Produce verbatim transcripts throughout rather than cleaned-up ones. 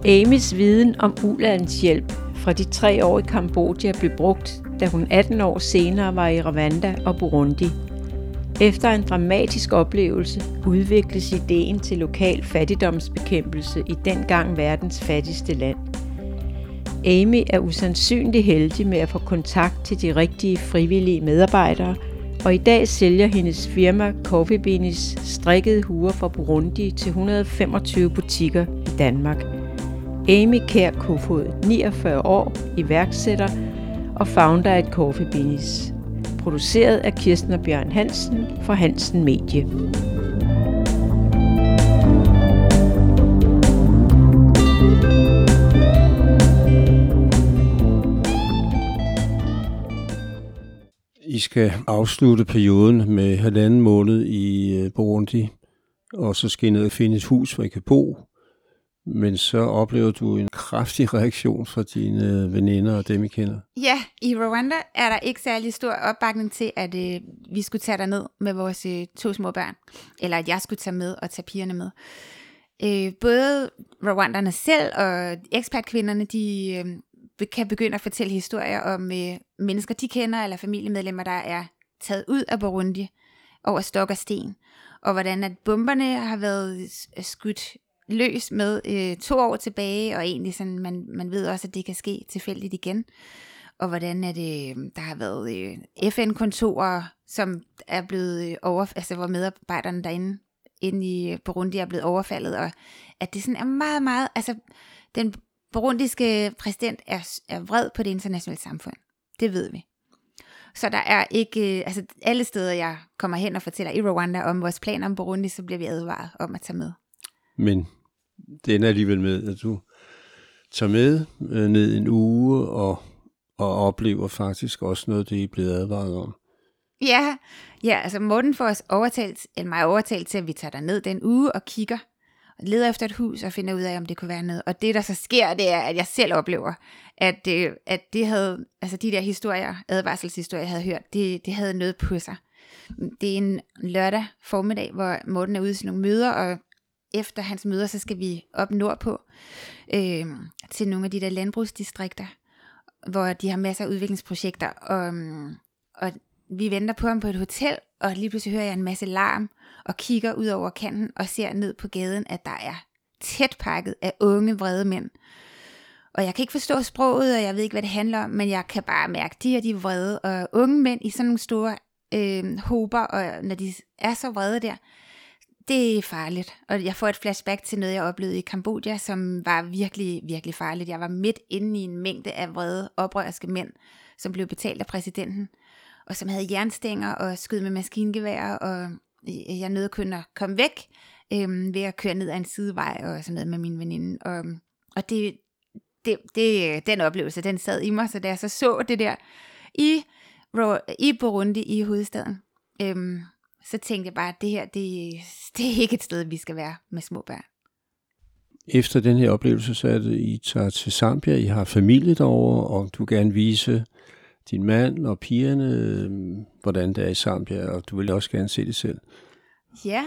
Amys viden om ulandshjælp fra de tre år i Kambodja blev brugt, da hun atten år senere var i Rwanda og Burundi. Efter en dramatisk oplevelse udvikles ideen til lokal fattigdomsbekæmpelse i dengang verdens fattigste land. Amy er usandsynlig heldig med at få kontakt til de rigtige frivillige medarbejdere, og i dag sælger hendes firma Coffee Beanies strikkede huer fra Burundi til et hundrede og femogtyve butikker i Danmark. Amy Kjær Kofod, niogfyrre år, iværksætter og founder af Coffee Beanies. Produceret af Kirsten og Bjørn Hansen fra Hansen Medie. I skal afslutte perioden med halvanden måned i Burundi, og så skal I ned og finde et hus, hvor I kan bo. Men så oplever du en kraftig reaktion fra dine veninder og dem, I kender. Ja, i Rwanda er der ikke særlig stor opbakning til, at øh, vi skulle tage derned med vores øh, to små børn. Eller at jeg skulle tage med og tage pigerne med. Øh, både rwanderne selv og ekspertkvinderne, de øh, kan begynde at fortælle historier om øh, mennesker, de kender, eller familiemedlemmer, der er taget ud af Burundi over stok og sten. Og hvordan at bomberne har været skudt løs med øh, to år tilbage, og egentlig sådan, man, man ved også, at det kan ske tilfældigt igen. Og hvordan at, øh, der har været øh, F N-kontorer, som er blevet over, altså hvor medarbejderne derinde inde i Burundi er blevet overfaldet, og at det sådan er meget, meget, altså den burundiske præsident er, er vred på det internationale samfund. Det ved vi. Så der er ikke, øh, altså alle steder, jeg kommer hen og fortæller i Rwanda om vores planer om Burundi, så bliver vi advaret om at tage med. Men det ender alligevel med, at du tager med øh, ned en uge og, og oplever faktisk også noget, det I er blevet advaret om. Ja, ja, altså Morten får os overtalt, eller mig overtalt til, at vi tager ned den uge og kigger, og leder efter et hus og finder ud af, om det kunne være noget. Og det, der så sker, det er, at jeg selv oplever, at, øh, at det havde, altså de der historier, advarselshistorier, jeg havde hørt, det, det havde noget på sig. Det er en lørdag formiddag, hvor Morten er ude til nogle møder, og efter hans møder, så skal vi op nordpå øh, til nogle af de der landbrugsdistrikter, hvor de har masser af udviklingsprojekter, og, og vi venter på ham på et hotel, og lige pludselig hører jeg en masse larm, og kigger ud over kanten, og ser ned på gaden, at der er tæt pakket af unge, vrede mænd. Og jeg kan ikke forstå sproget, og jeg ved ikke, hvad det handler om, men jeg kan bare mærke, at de er de vrede, og unge mænd i sådan nogle store øh, hober, og når de er så vrede der, det er farligt, og jeg får et flashback til noget, jeg oplevede i Kambodja, som var virkelig, virkelig farligt. Jeg var midt inde i en mængde af vrede, oprørske mænd, som blev betalt af præsidenten, og som havde jernstænger og skød med maskingeværer, og jeg nåede kun at komme væk øhm, ved at køre ned ad en sidevej og sådan noget med min veninde. Og, og det, det, det, den oplevelse, den sad i mig, så da jeg så så det der i, i Burundi, i hovedstaden, øhm, så tænkte jeg bare, at det her, det, det er ikke et sted, vi skal være med små børn. Efter den her oplevelse, så er det, I tager til Zambia, I har familie derovre, og du gerne vise din mand og pigerne, hvordan det er i Zambia, og du vil også gerne se det selv. Ja.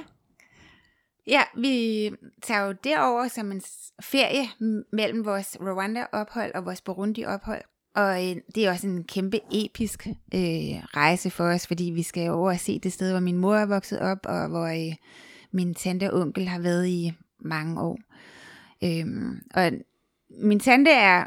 Ja, vi tager jo derover som en ferie mellem vores Rwanda-ophold og vores Burundi-ophold. Og det er også en kæmpe episk øh, rejse for os, fordi vi skal over og se det sted, hvor min mor er vokset op, og hvor øh, min tante og onkel har været i mange år. Øhm, og min tante er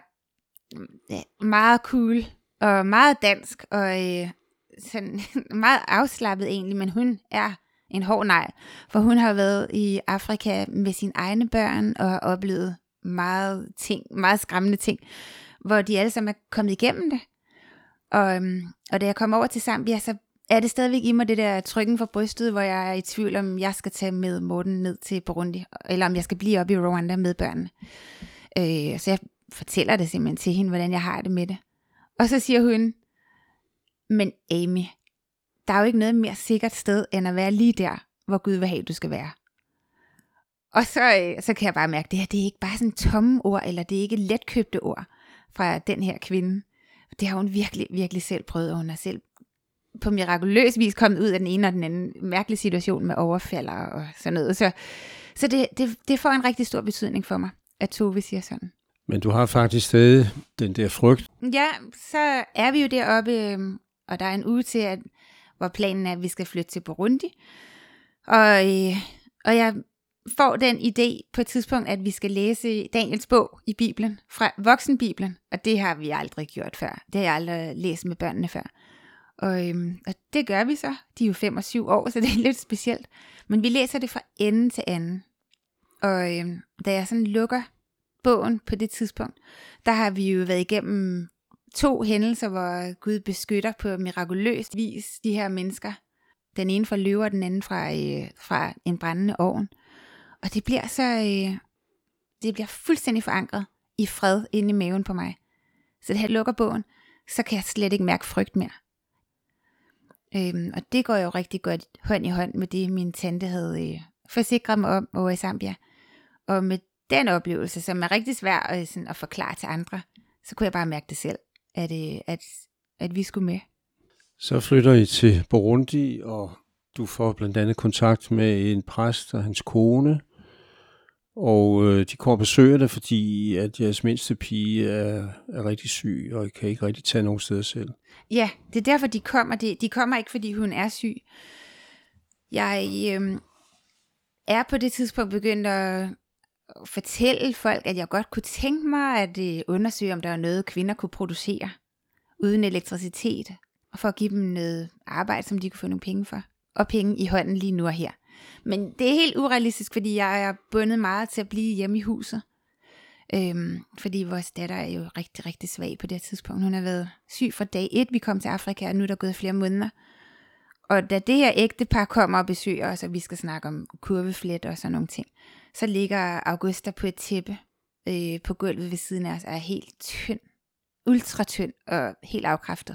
meget cool og meget dansk, og øh, sådan meget afslappet egentlig, men hun er en hård nej, for hun har været i Afrika med sine egne børn og har oplevet meget ting, meget skræmmende ting, hvor de alle sammen er kommet igennem det. Og, og da jeg kom over til Zambia, så er det stadigvæk i mig det der trykken for brystet, hvor jeg er i tvivl om, jeg skal tage med Morten ned til Burundi, eller om jeg skal blive oppe i Rwanda med børnene. Øh, så jeg fortæller det simpelthen til hende, hvordan jeg har det med det. Og så siger hun, men Amy, der er jo ikke noget mere sikkert sted, end at være lige der, hvor Gud vil have, du skal være. Og så, så kan jeg bare mærke, at det her, det er ikke bare sådan tomme ord, eller det er ikke letkøbte ord fra den her kvinde. Det har hun virkelig, virkelig selv prøvet, og hun har selv på mirakuløs vis kommet ud af den ene og den anden mærkelige situation med overfaldere og sådan noget. Så, så det, det, det får en rigtig stor betydning for mig. at Tove siger sådan. Men du har faktisk stadig den der frygt. Ja, så er vi jo deroppe, øh, og der er en uge til, at, hvor planen er, at vi skal flytte til Burundi. Og, øh, og jeg får den idé på et tidspunkt, at vi skal læse Daniels bog i Bibelen, fra voksenbibelen, og det har vi aldrig gjort før. Det har jeg aldrig læst med børnene før. Og, øhm, og det gør vi så. De er jo fem og syv år, så det er lidt specielt. Men vi læser det fra ende til anden. Og øhm, da jeg sådan lukker bogen på det tidspunkt, der har vi jo været igennem to hændelser, hvor Gud beskytter på mirakuløst vis de her mennesker. Den ene fra løver, den anden fra, øh, fra en brændende ovn. Og det bliver så, øh, det bliver fuldstændig forankret i fred inde i maven på mig. Så da jeg lukker bogen, så kan jeg slet ikke mærke frygt mere. Øhm, og det går jo rigtig godt hånd i hånd med det, min tante havde øh, forsikret mig om over i Zambia. Og med den oplevelse, som er rigtig svær at, sådan, at forklare til andre, så kunne jeg bare mærke det selv, at, øh, at, at vi skulle med. Så flytter I til Burundi, og du får blandt andet kontakt med en præst og hans kone. Og øh, de kommer og besøger dig, fordi at jeres mindste pige er, er rigtig syg, og I kan ikke rigtig tage nogen steder selv. Ja, det er derfor, de kommer. De, de kommer ikke, fordi hun er syg. Jeg øh, er på det tidspunkt begyndt at fortælle folk, at jeg godt kunne tænke mig at øh, undersøge, om der var noget, kvinder kunne producere uden elektricitet, og for at give dem noget arbejde, som de kunne få nogle penge for, og penge i hånden lige nu og her. Men det er helt urealistisk, fordi jeg er bundet meget til at blive hjemme i huset. Øhm, fordi vores datter er jo rigtig, rigtig svag på det tidspunkt. Hun har været syg fra dag et, vi kom til Afrika, og nu er der gået flere måneder. Og da det her ægtepar kommer og besøger os, og vi skal snakke om kurveflet og sådan nogle ting, så ligger Augusta på et tæppe øh, på gulvet ved siden af os, og er helt tynd, ultra tynd og helt afkræftet.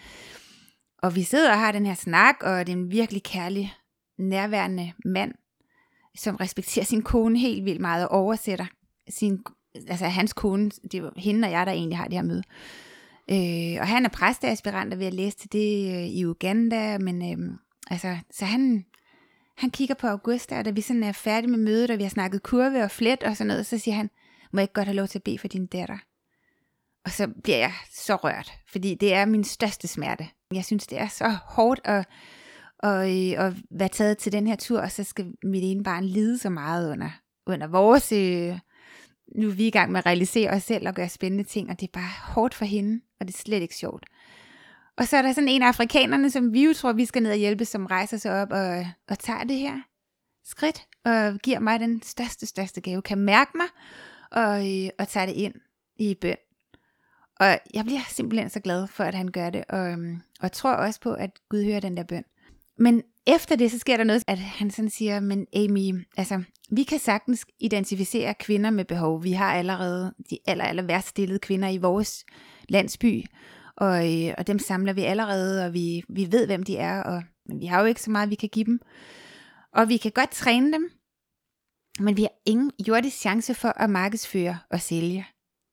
Og vi sidder og har den her snak, og det er en virkelig kærlig, nærværende mand, som respekterer sin kone helt vildt meget og oversætter sin, altså hans kone, det var hende og jeg, der egentlig har det her møde. Øh, og han er præsteaspirant og ved at læse til det øh, i Uganda, men øh, altså, så han, han kigger på Augusta, og da vi sådan er færdige med mødet, og vi har snakket kurve og flet og sådan noget, så siger han, må jeg ikke godt have lov til at bede for din datter? Og så bliver jeg så rørt, fordi det er min største smerte. Jeg synes, det er så hårdt at, at, at være taget til den her tur, og så skal mit ene barn lide så meget under, under vores... Øh, nu er vi i gang med at realisere os selv og gøre spændende ting, og det er bare hårdt for hende, og det er slet ikke sjovt. Og så er der sådan en af afrikanerne, som vi jo tror, vi skal ned og hjælpe, som rejser sig op og, og tager det her skridt, og giver mig den største, største gave, kan mærke mig, og, og tager det ind i bøn. Og jeg bliver simpelthen så glad for, at han gør det, og, og tror også på, at Gud hører den der bøn. Men efter det, så sker der noget, at han sådan siger, men Amy, altså, vi kan sagtens identificere kvinder med behov. Vi har allerede de aller, aller værst stillede kvinder i vores landsby, og, og dem samler vi allerede, og vi, vi ved, hvem de er, og men vi har jo ikke så meget, vi kan give dem. Og vi kan godt træne dem, men vi har ingen jordisk chance for at markedsføre og sælge.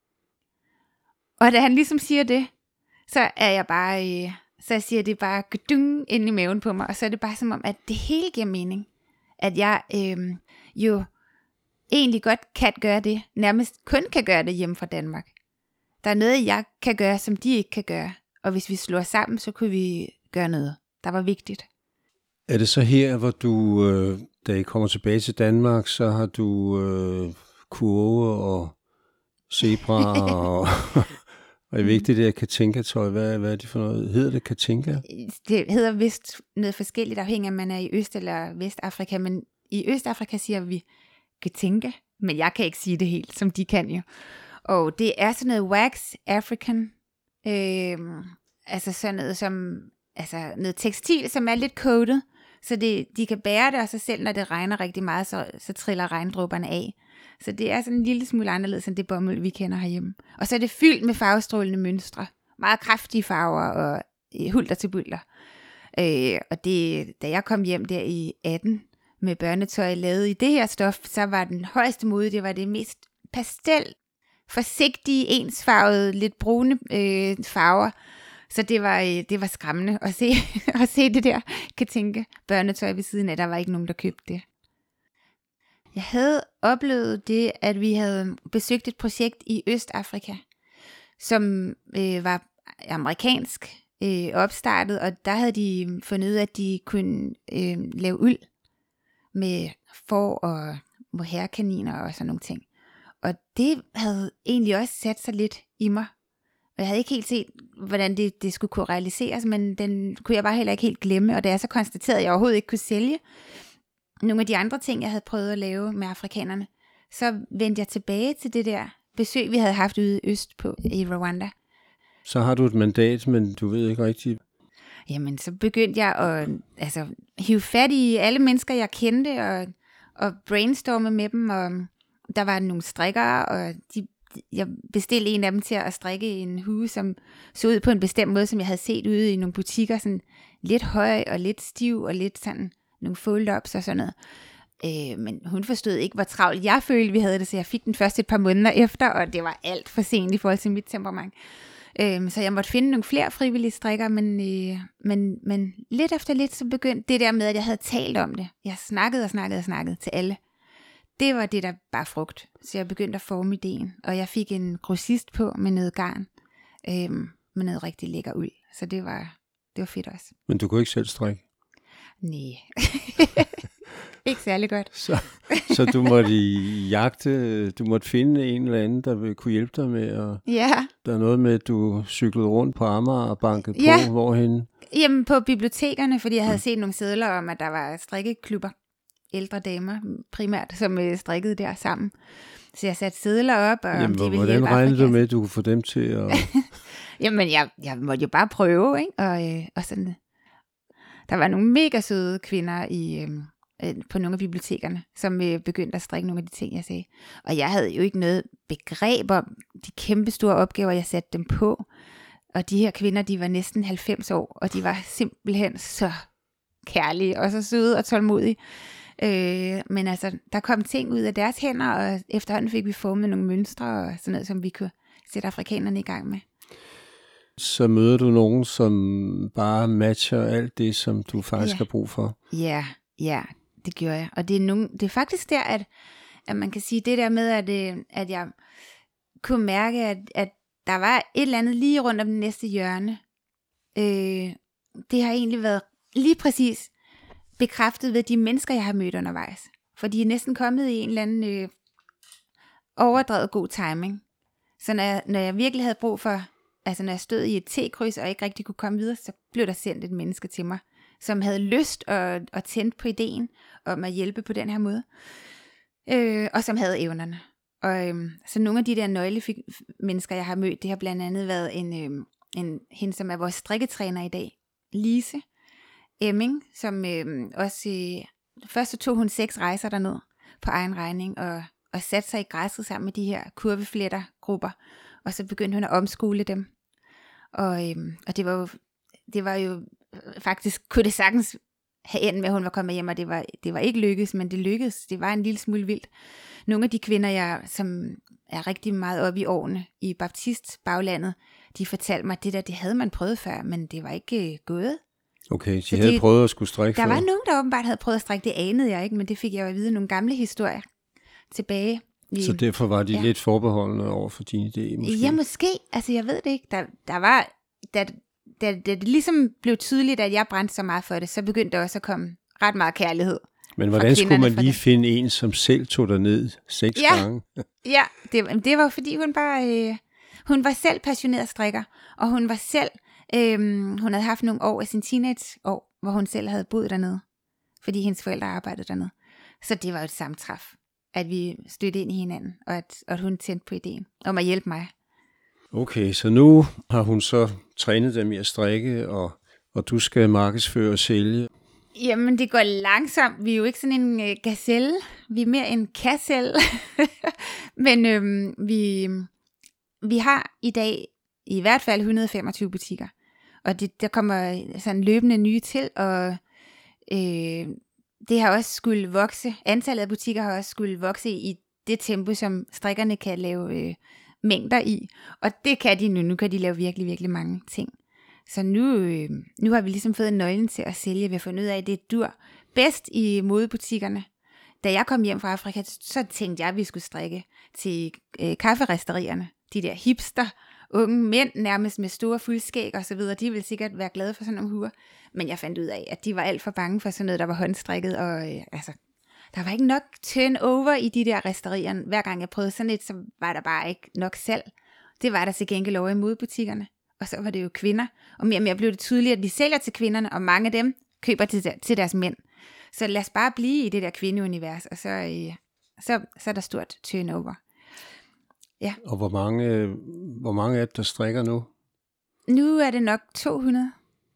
Og da han ligesom siger det, så er jeg bare... Øh, Så jeg siger det bare gedung ind i maven på mig, og så er det bare som om, at det hele giver mening. At jeg øh, jo egentlig godt kan gøre det, nærmest kun kan gøre det hjemme fra Danmark. Der er noget, jeg kan gøre, som de ikke kan gøre. Og hvis vi slår sammen, så kunne vi gøre noget, der var vigtigt. Er det så her, hvor du, øh, da I kommer tilbage til Danmark, så har du øh, kurve og zebra og... Og det er vigtigt, det er Katinka-tøj. Hvad, hvad er det for noget? Hedder det Katinka? Det hedder vist noget forskelligt, afhængig af, om man er i Øst- eller Vestafrika. Men i Østafrika siger vi Katinka, men jeg kan ikke sige det helt, som de kan jo. Og det er sådan noget wax African, øh, altså sådan noget som, altså noget tekstil, som er lidt coated, så det, de kan bære det, og så selv når det regner rigtig meget, så, så triller regndråberne af. Så det er sådan en lille smule anderledes end det bomuld, vi kender herhjemme. Og så er det fyldt med farvestrålende mønstre. Meget kraftige farver og hulter til bulter. Øh, og det, da jeg kom hjem der i atten med børnetøj lavet i det her stof, så var den højeste mode, det var det mest pastel, forsigtige, ensfarvede, lidt brune øh, farver. Så det var, øh, det var skræmmende at se, at se det der Katinka børnetøj ved siden af. Der var ikke nogen, der købte det. Jeg havde oplevet det, at vi havde besøgt et projekt i Østafrika, som øh, var amerikansk øh, opstartet, og der havde de fundet ud af, at de kunne øh, lave uld med får og mohairkaniner og sådan nogle ting. Og det havde egentlig også sat sig lidt i mig. Og jeg havde ikke helt set, hvordan det, det skulle kunne realiseres, men den kunne jeg bare heller ikke helt glemme. Og da jeg så konstaterede, at jeg overhovedet ikke kunne sælge nogle af de andre ting, jeg havde prøvet at lave med afrikanerne, så vendte jeg tilbage til det der besøg, vi havde haft ude øst på i Rwanda. Så har du et mandat, men du ved ikke rigtigt. Jamen, så begyndte jeg at altså, hive fat i alle mennesker, jeg kendte, og, og brainstorme med dem. Og der var nogle strikkere, og de, jeg bestilte en af dem til at strikke en hue, som så ud på en bestemt måde, som jeg havde set ude i nogle butikker. Sådan lidt høj og lidt stiv og lidt sådan nogle fold-ups og sådan noget. Øh, men hun forstod ikke, hvor travlt jeg følte, vi havde det, så jeg fik den først et par måneder efter, og det var alt for sent i forhold til mit temperament. Øh, så jeg måtte finde nogle flere frivillige strikker, men, øh, men, men lidt efter lidt, så begyndte det der med, at jeg havde talt om det. Jeg snakkede og snakkede og snakkede til alle. Det var det, der bare frugt. Så jeg begyndte at forme ideen, og jeg fik en grossist på med noget garn, øh, med noget rigtig lækker uld. Så det var, det var fedt også. Men du kunne ikke selv strikke? Nej. Ikke særlig godt. Så, så du måtte i jagte, du måtte finde en eller anden, der ville kunne hjælpe dig med at... Ja. Der er noget med, at du cyklede rundt på Amager og bankede Ja. på, hvorhenne? Jamen på bibliotekerne, fordi jeg havde set nogle sedler om, at der var strikkeklubber, ældre damer primært, som øh, strikkede der sammen. Så jeg satte sedler op, og Jamen, om de ville hvordan hjælpe regnede du Afrika. med, at du kunne få dem til at... Jamen jeg, jeg måtte jo bare prøve, ikke? Og, øh, og sådan. Der var nogle mega søde kvinder i... Øh, på nogle af bibliotekerne, som øh, begyndte at strikke nogle af de ting, jeg sagde. Og jeg havde jo ikke noget begreb om de kæmpe store opgaver, jeg satte dem på. Og de her kvinder, de var næsten halvfems år, og de var simpelthen så kærlige, og så søde og tålmodige. Øh, men altså, der kom ting ud af deres hænder, og efterhånden fik vi formet nogle mønstre, og sådan noget, som vi kunne sætte afrikanerne i gang med. Så møder du nogen, som bare matcher alt det, som du faktisk Ja. har brug for? Ja, ja, det gjorde jeg. Og det er, nogen, det er faktisk der, at, at man kan sige det der med, at, øh, at jeg kunne mærke, at, at der var et eller andet lige rundt om den næste hjørne. Øh, det har egentlig været lige præcis bekræftet ved de mennesker, jeg har mødt undervejs. For de er næsten kommet i en eller anden øh, overdrevet god timing. Så når jeg, når jeg virkelig havde brug for, altså når jeg stod i et T-kryds og ikke rigtig kunne komme videre, så blev der sendt et menneske til mig, som havde lyst og, og tændt på ideen om at hjælpe på den her måde, øh, og som havde evnerne. Og øh, så nogle af de der nøglemennesker, jeg har mødt, det har blandt andet været en, øh, en hende, som er vores strikketræner i dag, Lise Emming, som øh, også, øh, først så tog hun seks rejser derned på egen regning, og, og satte sig i græsset sammen med de her kurveflettergrupper, og så begyndte hun at omskole dem. Og, øh, og det var jo, det var jo faktisk, kunne det sagtens have endt med, at hun var kommet hjem, og det var, det var ikke lykkedes, men det lykkedes. Det var en lille smule vildt. Nogle af de kvinder, jeg, som er rigtig meget oppe i årene i baptist-baglandet, de fortalte mig, at det der, det havde man prøvet før, men det var ikke øh, gået. Okay, de Så havde det- prøvet at skulle strikke Der før. var nogen, der åbenbart havde prøvet at strikke, det anede jeg ikke, men det fik jeg jo at vide nogle gamle historier tilbage. I, Så derfor var de Ja. lidt forbeholdende over for din idé, måske? Ja, måske. Altså, jeg ved det ikke. Der, der var, da, da, da det ligesom blev tydeligt, at jeg brændte så meget for det, så begyndte der også at komme ret meget kærlighed. Men hvordan skulle kvinderne man fra lige det. finde en, som selv tog dig ned seks Ja. gange? Ja, det, det var fordi hun bare, øh, hun var selv passioneret strikker, og hun var selv, øh, hun havde haft nogle år af sin teenageår, hvor hun selv havde boet dernede, fordi hendes forældre arbejdede dernede. Så det var jo et samtræf, at vi stødte ind i hinanden, og at, og at hun tændte på ideen om at hjælpe mig. Okay, så nu har hun så trænet dem i at strikke, og, og du skal markedsføre og sælge. Jamen, det går langsomt. Vi er jo ikke sådan en øh, gazelle. Vi er mere en kassel. Men øhm, vi, vi har i dag i hvert fald et hundrede og femogtyve butikker. Og det, der kommer sådan løbende nye til, og øh, det har også skulle vokse. Antallet af butikker har også skulle vokse i det tempo, som strikkerne kan lave øh, mængder i. Og det kan de nu. Nu kan de lave virkelig, virkelig mange ting. Så nu, øh, nu har vi ligesom fået nøglen til at sælge. Vi har fundet ud af, at det dur bedst i modebutikkerne. da jeg kom hjem fra Afrika, så tænkte jeg, at vi skulle strikke til øh, kafferisterierne. De der hipster, unge mænd, nærmest med store fuldskæg og så videre, de ville sikkert være glade for sådan nogle huer. Men jeg fandt ud af, at de var alt for bange for sådan noget, der var håndstrikket, og øh, altså, der var ikke nok turnover i de der risterier. Hver gang jeg prøvede sådan et, så var der bare ikke nok salg. Det var der til gengæld over i modebutikkerne. Og så var det jo kvinder. Og mere og mere blev det tydeligt, at vi sælger til kvinderne, og mange af dem køber til, der, til deres mænd. Så lad os bare blive i det der kvindeunivers, og så, øh, så, så er der stort turnover. Ja. Og hvor mange, hvor mange er det, der strikker nu? Nu er det nok to hundrede.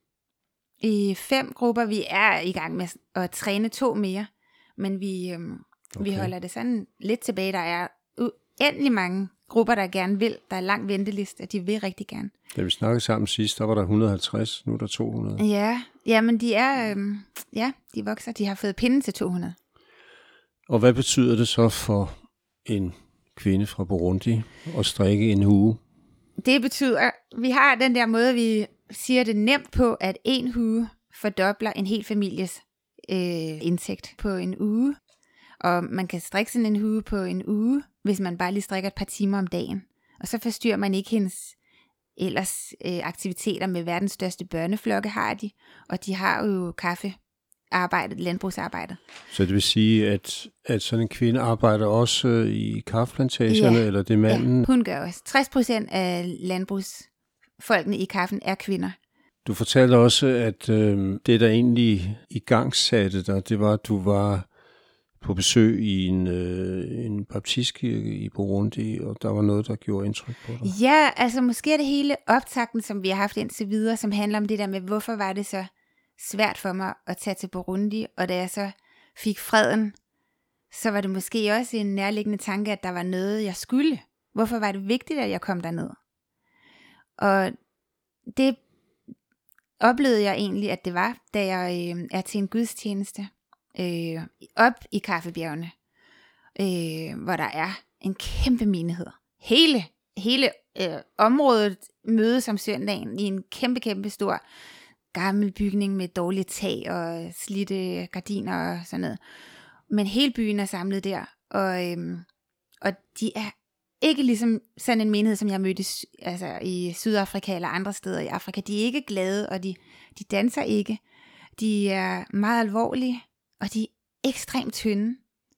I fem grupper. Vi er i gang med at træne to mere. Men vi, øhm, okay. vi holder det sådan lidt tilbage. Der er uendelig mange grupper, der gerne vil. Der er lang venteliste, og de vil rigtig gerne. Da vi snakkede sammen sidst, der var der et hundrede og halvtreds. Nu er der to hundrede. Ja, ja, men de er, øhm, ja, de vokser. De har fået pinde til to hundrede. Og hvad betyder det så for en kvinde fra Burundi at strikke en hue? Det betyder, vi har den der måde, vi siger det nemt på, at en hue fordobler en hel families øh, indtægt på en uge. Og man kan strikke sådan en hue på en uge, hvis man bare lige strikker et par timer om dagen. Og så forstyrrer man ikke hendes ellers øh, aktiviteter med verdens største børneflokke har de. Og de har jo kaffearbejdet, landbrugsarbejdet. Så det vil sige, at, at sådan en kvinde arbejder også i kaffeplantagerne, ja. Eller det manden? Ja, hun gør også. tres procent af landbrugsfolkene i kaffen er kvinder. Du fortalte også, at øh, det, der egentlig i gang satte dig, det var, at du var på besøg i en, øh, en baptistkirke i Burundi, og der var noget, der gjorde indtryk på dig. Ja, altså måske er det hele optakten, som vi har haft indtil videre, som handler om det der med, hvorfor var det så svært for mig at tage til Burundi, og da jeg så fik freden, så var det måske også en nærliggende tanke, at der var noget, jeg skulle. Hvorfor var det vigtigt, at jeg kom derned? Og det oplevede jeg egentlig, at det var, da jeg øh, er til en gudstjeneste øh, op i Kaffebjergene, øh, hvor der er en kæmpe menighed. Hele, hele øh, området mødes om søndagen i en kæmpe, kæmpe stor gammel bygning med dårlige tag og slidte gardiner og sådan noget. Men hele byen er samlet der, og, øh, og de er ikke ligesom sådan en menighed, som jeg mødte altså i Sydafrika eller andre steder i Afrika. De er ikke glade, og de, de danser ikke. De er meget alvorlige, og de er ekstremt tynde.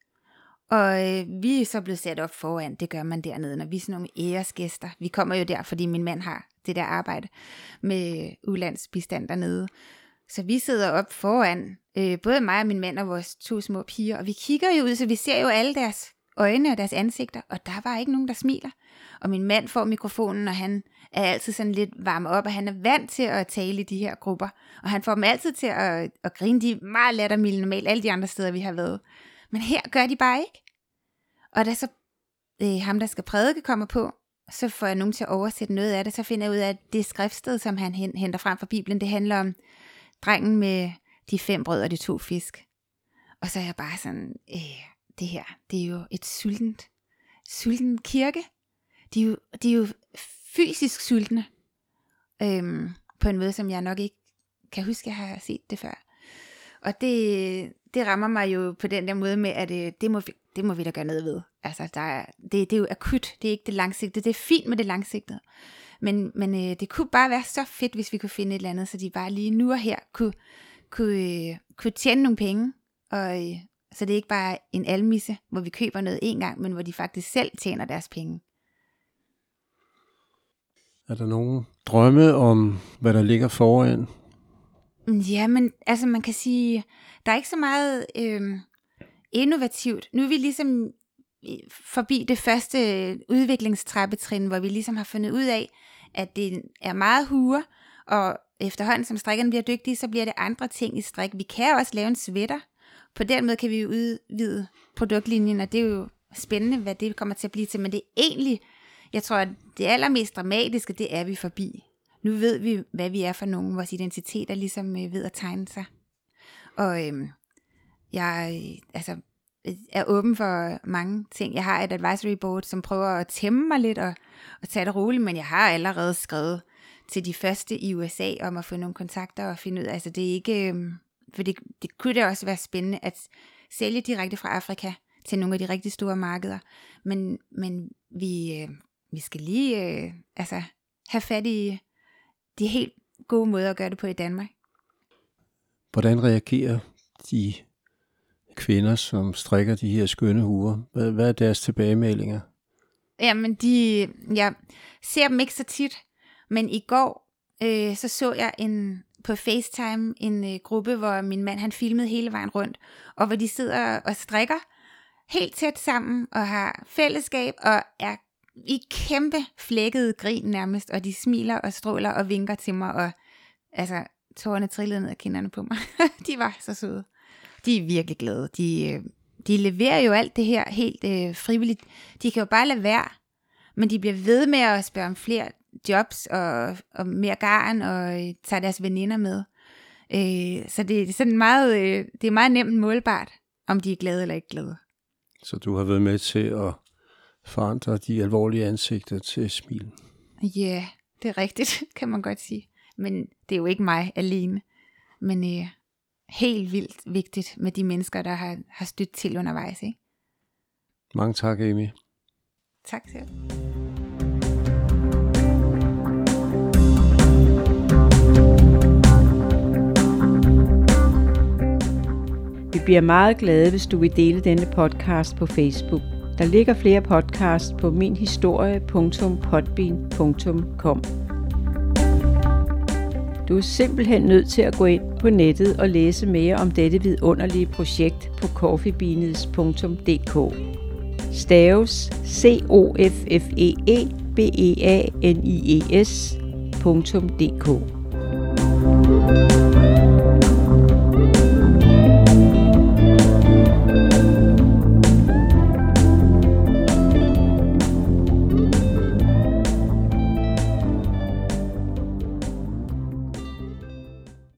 Og øh, vi er så blevet sat op foran, det gør man dernede, når vi er sådan nogle æresgæster. Vi kommer jo der, fordi min mand har det der arbejde med ulandsbistand dernede. Så vi sidder op foran, øh, både mig og min mand og vores to små piger, og vi kigger jo ud, så vi ser jo alle deres øjne og deres ansigter, og der var ikke nogen, der smiler. Og min mand får mikrofonen, og han er altid sådan lidt varm op, og han er vant til at tale i de her grupper, og han får dem altid til at, at grine. De er meget lattermilde normalt, alle de andre steder, vi har været. Men her gør de bare ikke. Og da så øh, ham, der skal prædike, kommer på, så får jeg nogen til at oversætte noget af det, så finder jeg ud af, at det skriftsted, som han henter frem fra Bibelen, det handler om drengen med de fem brød og de to fisk. Og så er jeg bare sådan, øh, det her, det er jo et sultent, sulten kirke. De er jo, de er jo fysisk sultne, øhm, på en måde, som jeg nok ikke kan huske, jeg har set det før. Og det, det rammer mig jo på den der måde med, at øh, det, må vi, det må vi da gøre noget ved. Altså, der er, det, det er jo akut, det er ikke det langsigtede. Det er fint med det langsigtede. Men, men øh, det kunne bare være så fedt, hvis vi kunne finde et eller andet, så de bare lige nu og her kunne, kunne, øh, kunne tjene nogle penge. Og, øh, så det er ikke bare en almisse, hvor vi køber noget en gang, men hvor de faktisk selv tjener deres penge. Er der nogen drømme om, hvad der ligger foran? Ja, men altså man kan sige, der er ikke så meget øh, innovativt. Nu er vi ligesom forbi det første udviklingstrappetrin, hvor vi ligesom har fundet ud af, at det er meget huer, og efterhånden som strikkerne bliver dygtige, så bliver det andre ting i strik. Vi kan også lave en sweater. På den måde kan vi jo udvide produktlinjen, og det er jo spændende, hvad det kommer til at blive til. Men det er egentlig, jeg tror, at det allermest dramatiske, det er vi forbi. Nu ved vi, hvad vi er for nogen. Vores identitet er ligesom øh, ved at tegne sig. Og øh, jeg altså, er åben for mange ting. Jeg har et advisory board, som prøver at tæmme mig lidt og, og tage det roligt, men jeg har allerede skrevet til de første i U S A om at få nogle kontakter og finde ud af, altså det er ikke, øh, for det, det kunne da også være spændende at sælge direkte fra Afrika til nogle af de rigtig store markeder. Men, men vi, øh, vi skal lige øh, altså, have fat i de helt gode måder at gøre det på i Danmark. Hvordan reagerer de kvinder, som strikker de her skønne huer? Hvad, hvad er deres tilbagemeldinger? Jamen, de, jeg ser dem ikke så tit, men i går øh, så så jeg en, på FaceTime en øh, gruppe, hvor min mand han filmede hele vejen rundt, og hvor de sidder og strikker helt tæt sammen og har fællesskab og er i kæmpe flækket grin nærmest, og de smiler og stråler og vinker til mig, og altså tårerne trillede ned af kinderne på mig. De var så søde. De er virkelig glade. De, de leverer jo alt det her helt øh, frivilligt. De kan jo bare lade være, men de bliver ved med at spørge om flere jobs og, og mere garn og øh, tager deres veninder med. Øh, så det er sådan meget, øh, det er meget nemt målbart, om de er glade eller ikke glade. Så du har været med til at forandre de alvorlige ansigter til smil? Ja, yeah, det er rigtigt, kan man godt sige. Men det er jo ikke mig alene. Men øh, helt vildt vigtigt med de mennesker, der har, har stødt til undervejs. Ikke? Mange tak, Amy. Tak selv. Vi bliver meget glade, hvis du vil dele denne podcast på Facebook. Der ligger flere podcasts på minhistorie punktum podbean punktum com. Du er simpelthen nødt til at gå ind på nettet og læse mere om dette vidunderlige projekt på coffeebeans punktum d k. Staves C O F F E E B E A N I E S punktum d k.